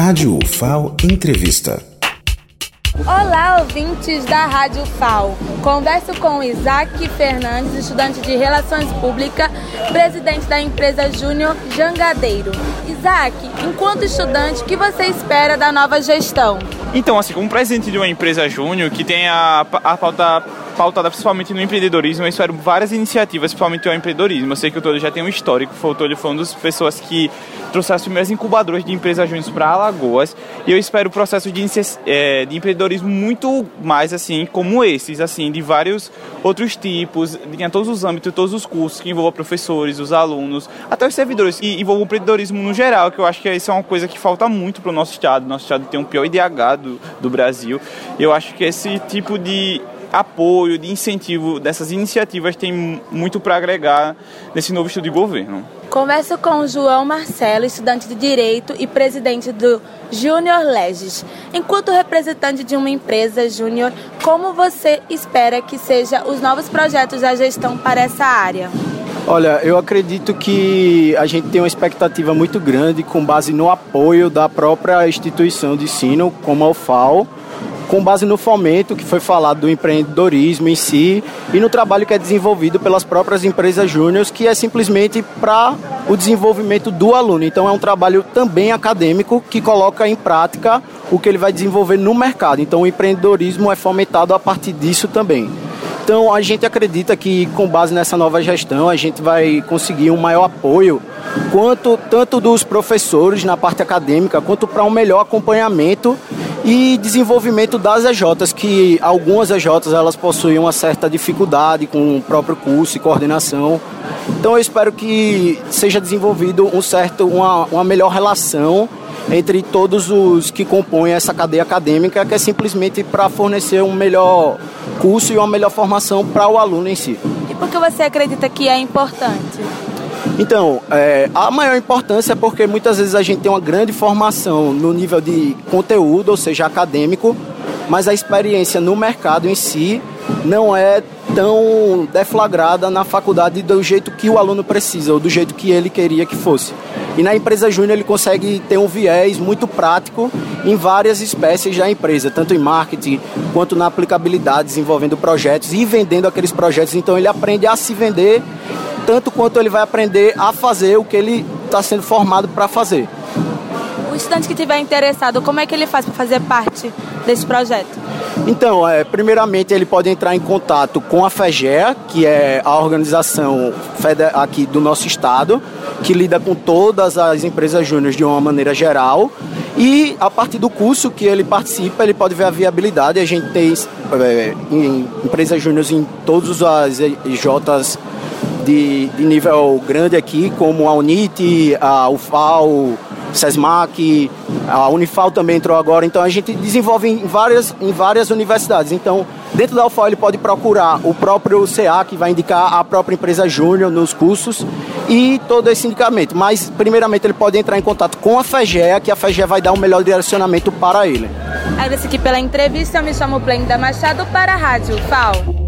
Rádio UFAO Entrevista. Olá, ouvintes da Rádio UFAO. Converso com Isaac Fernandes, estudante de Relações Públicas, presidente da empresa Júnior Jangadeiro. Isaac, enquanto estudante, o que você espera da nova gestão? Então, como presidente de uma empresa júnior que tem a pauta pautada principalmente no empreendedorismo, eu espero várias iniciativas, principalmente o empreendedorismo. Eu sei que o Tolho já tem um histórico, o Tolho foi uma das pessoas que trouxe as primeiras incubadoras de empresas júnior para Alagoas, e eu espero processos de empreendedorismo muito mais como esses, de vários outros tipos, em todos os âmbitos, todos os cursos que envolvam professores, os alunos, até os servidores, que envolvam o empreendedorismo no geral, que eu acho que isso é uma coisa que falta muito para o nosso estado. Nosso estado tem o pior IDH do Brasil, e eu acho que esse tipo de apoio, de incentivo dessas iniciativas tem muito para agregar nesse novo estilo de governo. Converso com o João Marcelo, estudante de Direito e presidente do Júnior Legis. Enquanto representante de uma empresa júnior, como você espera que sejam os novos projetos da gestão para essa área? Olha, eu acredito que a gente tem uma expectativa muito grande com base no apoio da própria instituição de ensino, como a UFAO, com base no fomento que foi falado do empreendedorismo em si e no trabalho que é desenvolvido pelas próprias empresas júniores, que é simplesmente para o desenvolvimento do aluno. Então é um trabalho também acadêmico que coloca em prática o que ele vai desenvolver no mercado. Então o empreendedorismo é fomentado a partir disso também. Então a gente acredita que com base nessa nova gestão a gente vai conseguir um maior apoio, tanto dos professores na parte acadêmica, quanto para um melhor acompanhamento e desenvolvimento das EJs, que algumas EJs elas possuem uma certa dificuldade com o próprio curso e coordenação. Então eu espero que seja desenvolvido uma melhor relação entre todos os que compõem essa cadeia acadêmica, que é simplesmente para fornecer um melhor curso e uma melhor formação para o aluno em si. E por que você acredita que é importante? Então, a maior importância é porque muitas vezes a gente tem uma grande formação no nível de conteúdo, ou seja, acadêmico, mas a experiência no mercado em si não é tão deflagrada na faculdade do jeito que o aluno precisa, ou do jeito que ele queria que fosse. E na empresa júnior ele consegue ter um viés muito prático em várias espécies da empresa, tanto em marketing quanto na aplicabilidade, desenvolvendo projetos e vendendo aqueles projetos. Então ele aprende a se vender tanto quanto ele vai aprender a fazer o que ele está sendo formado para fazer. O estudante que estiver interessado, como é que ele faz para fazer parte desse projeto? Então, primeiramente ele pode entrar em contato com a FEGEA, que é a organização aqui do nosso estado, que lida com todas as empresas júniores de uma maneira geral. E a partir do curso que ele participa, ele pode ver a viabilidade. A gente tem empresas júniores em todas as EJs de nível grande aqui, como a UNIT, a UFAO, SESMAC, a Unifal também entrou agora. Então a gente desenvolve em várias universidades. Então dentro da UFAO ele pode procurar o próprio CA, que vai indicar a própria empresa júnior nos cursos e todo esse indicamento. Mas primeiramente ele pode entrar em contato com a FEGEA, que a FEGEA vai dar um melhor direcionamento para ele. Agradeço aqui pela entrevista. Eu me chamo Plenda Machado para a Rádio UFAO.